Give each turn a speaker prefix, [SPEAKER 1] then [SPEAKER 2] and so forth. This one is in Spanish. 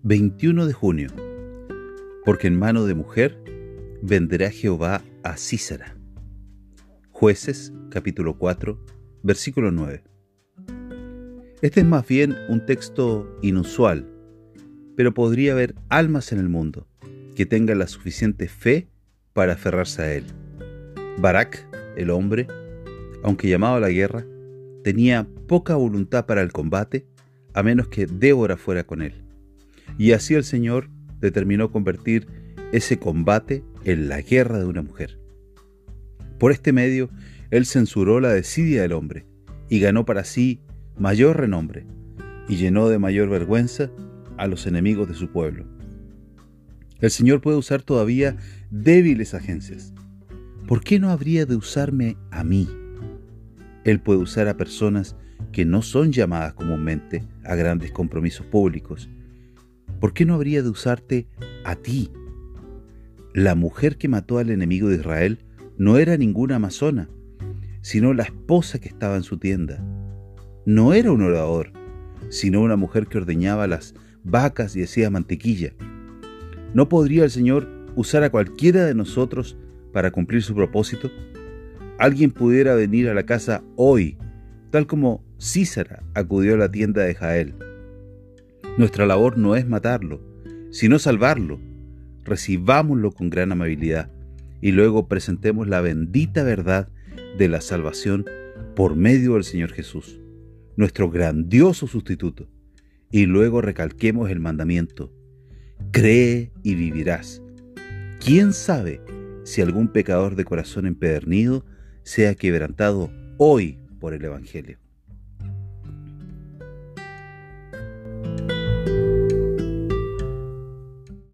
[SPEAKER 1] 21 de junio. Porque en mano de mujer venderá Jehová a Sísara. Jueces, capítulo 4, versículo 9. Este es más bien un texto inusual, pero podría haber almas en el mundo que tengan la suficiente fe para aferrarse a él. Barak, el hombre, aunque llamado a la guerra, tenía poca voluntad para el combate, a menos que Débora fuera con él. Y así el Señor determinó convertir ese combate en la guerra de una mujer. Por este medio, él censuró la desidia del hombre y ganó para sí mayor renombre y llenó de mayor vergüenza a los enemigos de su pueblo. El Señor puede usar todavía débiles agencias. ¿Por qué no habría de usarme a mí? Él puede usar a personas que no son llamadas comúnmente a grandes compromisos públicos. ¿Por qué no habría de usarte a ti? La mujer que mató al enemigo de Israel no era ninguna amazona, sino la esposa que estaba en su tienda. No era un orador, sino una mujer que ordeñaba las vacas y hacía mantequilla. ¿No podría el Señor usar a cualquiera de nosotros para cumplir su propósito? Alguien pudiera venir a la casa hoy, tal como Sísara acudió a la tienda de Jael. Nuestra labor no es matarlo, sino salvarlo. Recibámoslo con gran amabilidad y luego presentemos la bendita verdad de la salvación por medio del Señor Jesús, nuestro grandioso sustituto, y luego recalquemos el mandamiento: cree y vivirás. ¿Quién sabe si algún pecador de corazón empedernido sea quebrantado hoy por el Evangelio?